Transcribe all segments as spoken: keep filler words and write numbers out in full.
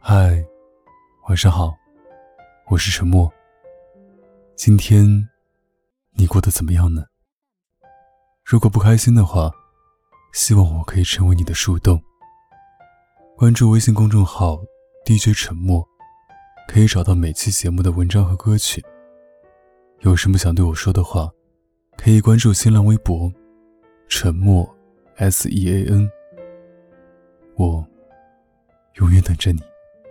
嗨，晚上好，我是沉默。今天你过得怎么样呢？如果不开心的话，希望我可以成为你的树洞。关注微信公众号 D J 沉默，可以找到每期节目的文章和歌曲。有什么想对我说的话，可以关注新浪微博沉默 S E A N， 我永远等着你。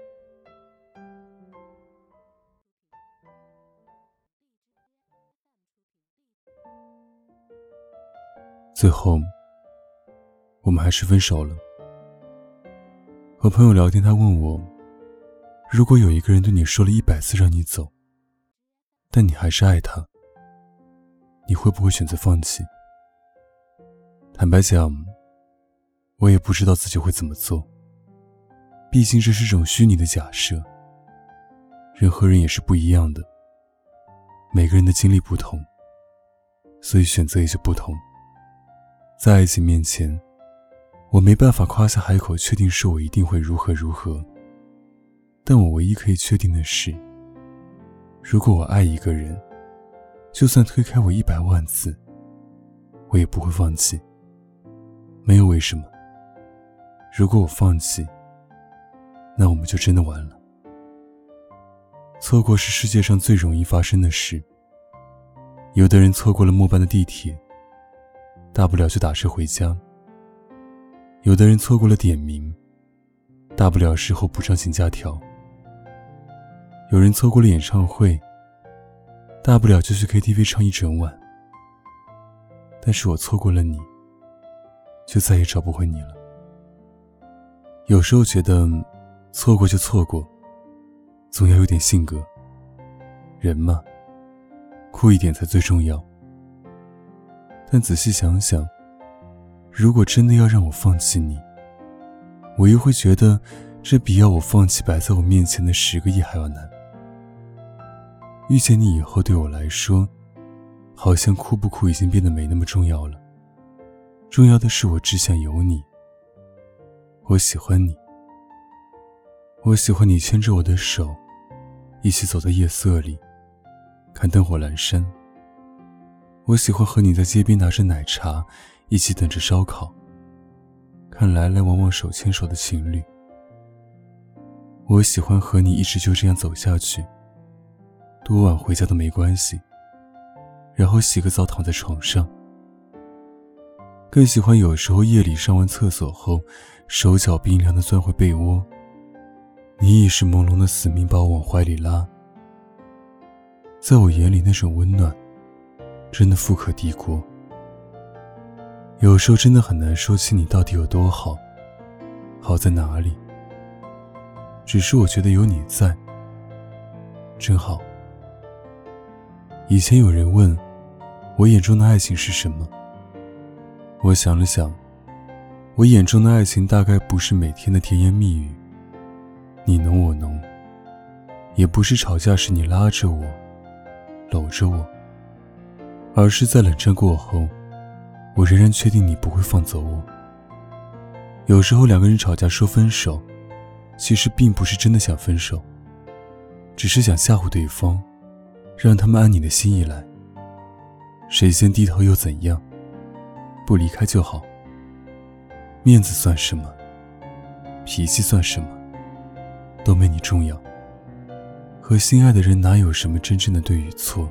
最后我们还是分手了。和朋友聊天，他问我，如果有一个人对你说了一百次让你走，但你还是爱他，你会不会选择放弃？坦白讲，我也不知道自己会怎么做，毕竟这是种虚拟的假设，人和人也是不一样的，每个人的经历不同，所以选择也就不同。在爱情面前，我没办法夸下海口确定说我一定会如何如何，但我唯一可以确定的是，如果我爱一个人，就算推开我一百万次，我也不会放弃。没有为什么，如果我放弃，那我们就真的完了。错过是世界上最容易发生的事，有的人错过了末班的地铁，大不了就打车回家；有的人错过了点名，大不了事后补上请假条；有人错过了演唱会，大不了就去 K T V 唱一整晚。但是我错过了你，就再也找不回你了。有时候觉得错过就错过，总要有点性格，人嘛，酷一点才最重要。但仔细想想，如果真的要让我放弃你，我又会觉得这比要我放弃摆在我面前的十个亿还要难。遇见你以后，对我来说，好像哭不哭已经变得没那么重要了。重要的是我只想有你，我喜欢你，我喜欢你牵着我的手，一起走在夜色里，看灯火阑珊。我喜欢和你在街边拿着奶茶，一起等着烧烤，看来来往往手牵手的情侣。我喜欢和你一直就这样走下去，多晚回家都没关系，然后洗个澡躺在床上。更喜欢有时候夜里上完厕所后，手脚冰凉地钻回被窝，你意识朦胧的死命把我往怀里拉。在我眼里，那种温暖真的富可敌国。有时候真的很难说起你到底有多好，好在哪里，只是我觉得有你在真好。以前有人问我眼中的爱情是什么，我想了想，我眼中的爱情大概不是每天的甜言蜜语，你侬我侬，也不是吵架时你拉着我搂着我，而是在冷战过后，我仍然确定你不会放走我。有时候两个人吵架说分手，其实并不是真的想分手，只是想吓唬对方，让他们按你的心意来。谁先低头又怎样，不离开就好。面子算什么，脾气算什么，都没你重要。和心爱的人哪有什么真正的对与错？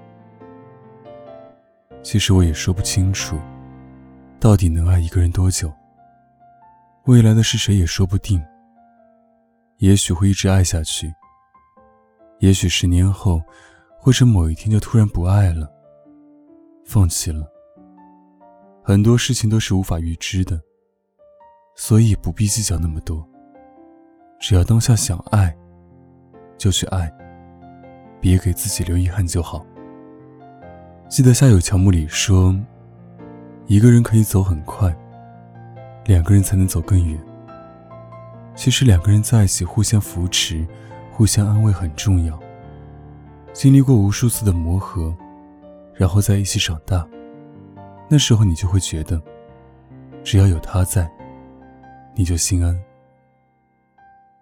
其实我也说不清楚，到底能爱一个人多久？未来的事谁也说不定。也许会一直爱下去，也许十年后，或者某一天就突然不爱了，放弃了。很多事情都是无法预知的，所以也不必计较那么多。只要当下想爱，就去爱，别给自己留遗憾就好。记得夏有乔木里说，一个人可以走很快，两个人才能走更远。其实两个人在一起互相扶持，互相安慰很重要。经历过无数次的磨合，然后在一起长大，那时候你就会觉得，只要有他在，你就心安。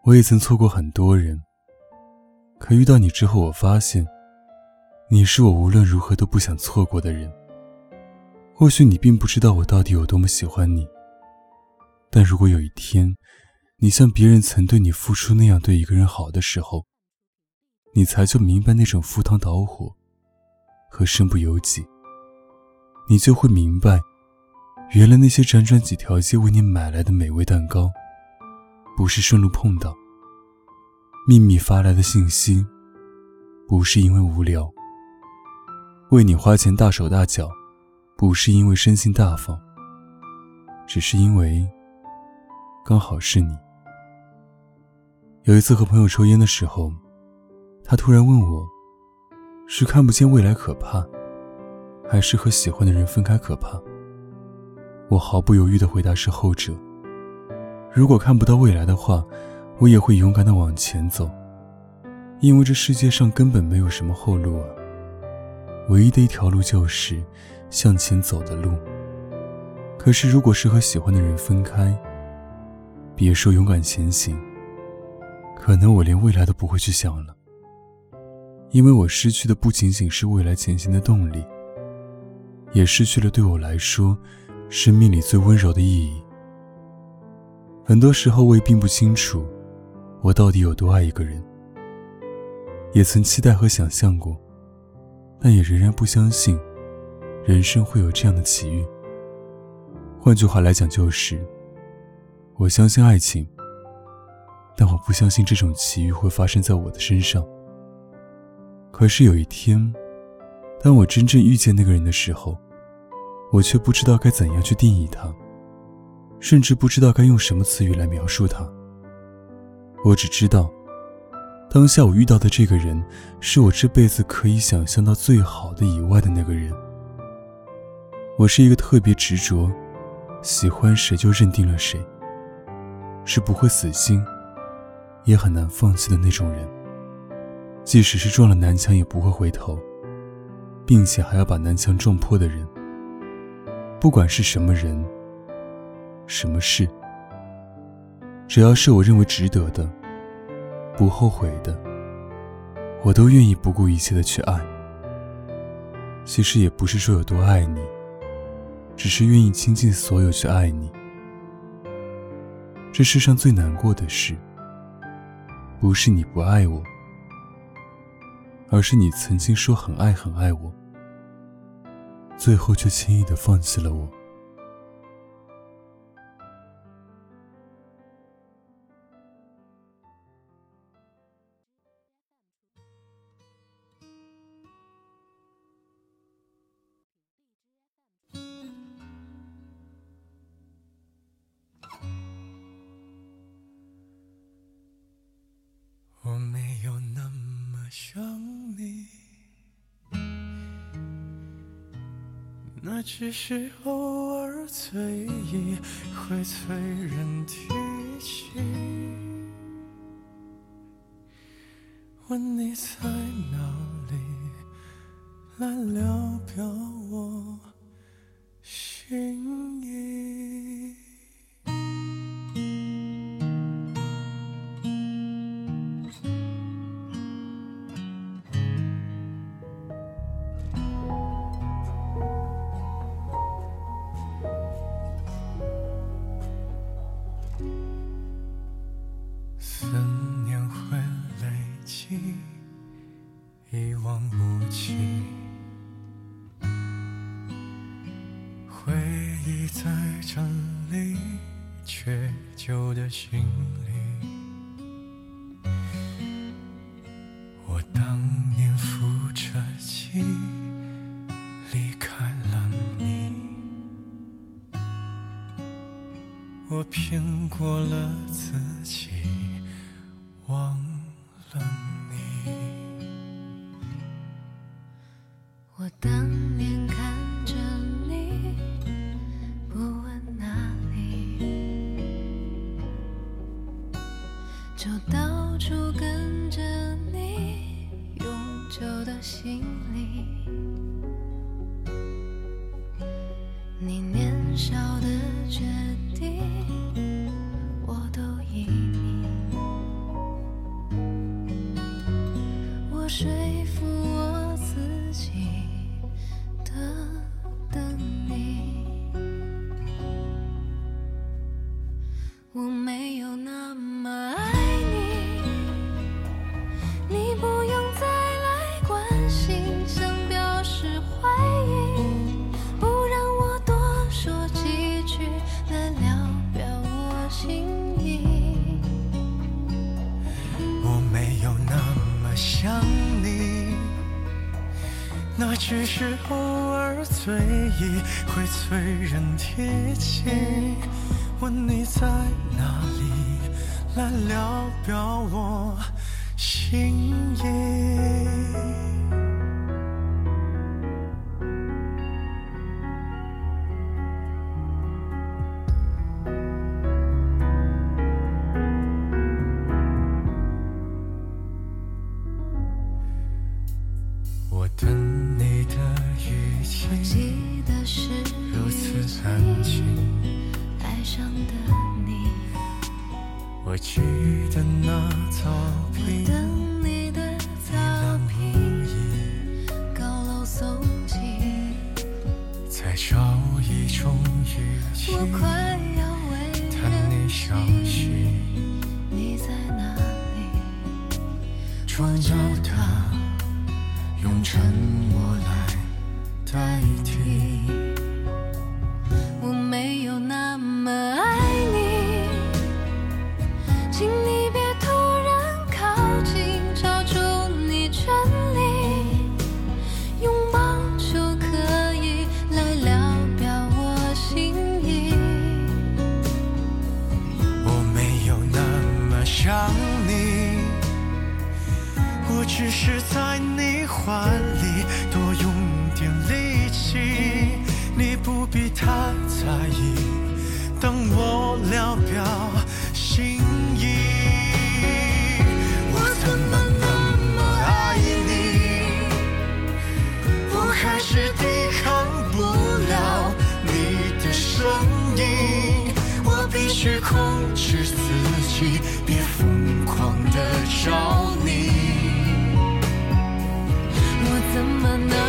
我也曾错过很多人，可遇到你之后，我发现你是我无论如何都不想错过的人。或许你并不知道我到底有多么喜欢你，但如果有一天你像别人曾对你付出那样对一个人好的时候，你才就明白那种赴汤蹈火和身不由己。你就会明白，原来那些辗转几条街为你买来的美味蛋糕，不是顺路碰到；秘密发来的信息，不是因为无聊；为你花钱大手大脚，不是因为生性大方，只是因为刚好是你。有一次和朋友抽烟的时候，他突然问我，是看不见未来可怕，还是和喜欢的人分开可怕？我毫不犹豫地回答是后者。如果看不到未来的话，我也会勇敢地往前走，因为这世界上根本没有什么后路啊，唯一的一条路就是向前走的路。可是如果是和喜欢的人分开，别说勇敢前行，可能我连未来都不会去想了，因为我失去的不仅仅是未来前行的动力，也失去了对我来说生命里最温柔的意义。很多时候我也并不清楚我到底有多爱一个人，也曾期待和想象过，但也仍然不相信人生会有这样的奇遇。换句话来讲，就是我相信爱情，但我不相信这种奇遇会发生在我的身上。可是有一天，当我真正遇见那个人的时候，我却不知道该怎样去定义他，甚至不知道该用什么词语来描述他。我只知道，当下我遇到的这个人，是我这辈子可以想象到最好的以外的那个人。我是一个特别执着，喜欢谁就认定了谁，是不会死心，也很难放弃的那种人。即使是撞了南墙也不会回头，并且还要把南墙撞破的人。不管是什么人，什么事，只要是我认为值得的，不后悔的，我都愿意不顾一切的去爱。其实也不是说有多爱你，只是愿意倾尽所有去爱你。这世上最难过的事，不是你不爱我，而是你曾经说很爱很爱我，最后却轻易地放弃了我。 我没有那么想你，那只是偶尔醉意会催人提起。问你在哪里，来聊表我心意。思念会累积，一往无际，回忆在整理缺旧的行李。我当年扶着记，离开了你，我骗过了自己，忘了你。 我当年看着你，不问哪里，就到处跟着你，永久的行李。你年少的决定，我都依你。 我说服我自己的等你，我没有那么爱你，你不用再来关心，想表示怀疑，不让我多说几句来聊表我心意。 我没有那么想你，那只是偶尔醉意会催人提起，问你在哪里，来聊表我心意。我等你的语气我记得是如此安静， 爱上的你， 我记得那草我坪等你的草无坪， 意， 高楼耸起， 在找一种语气我快要为谈你消息， 你在哪里？ 撞到它，用沉默来代替。 我没有那么爱你，请你别突然靠近，抓住你全力，拥抱就可以来聊表我心意。 我没有那么想你，我只是在你怀里多用点力气，你不必太在意，等我聊表心意。我怎么那么爱你，我还是抵抗不了你的声音，我必须控制自己，别疯狂地找你。 我怎么能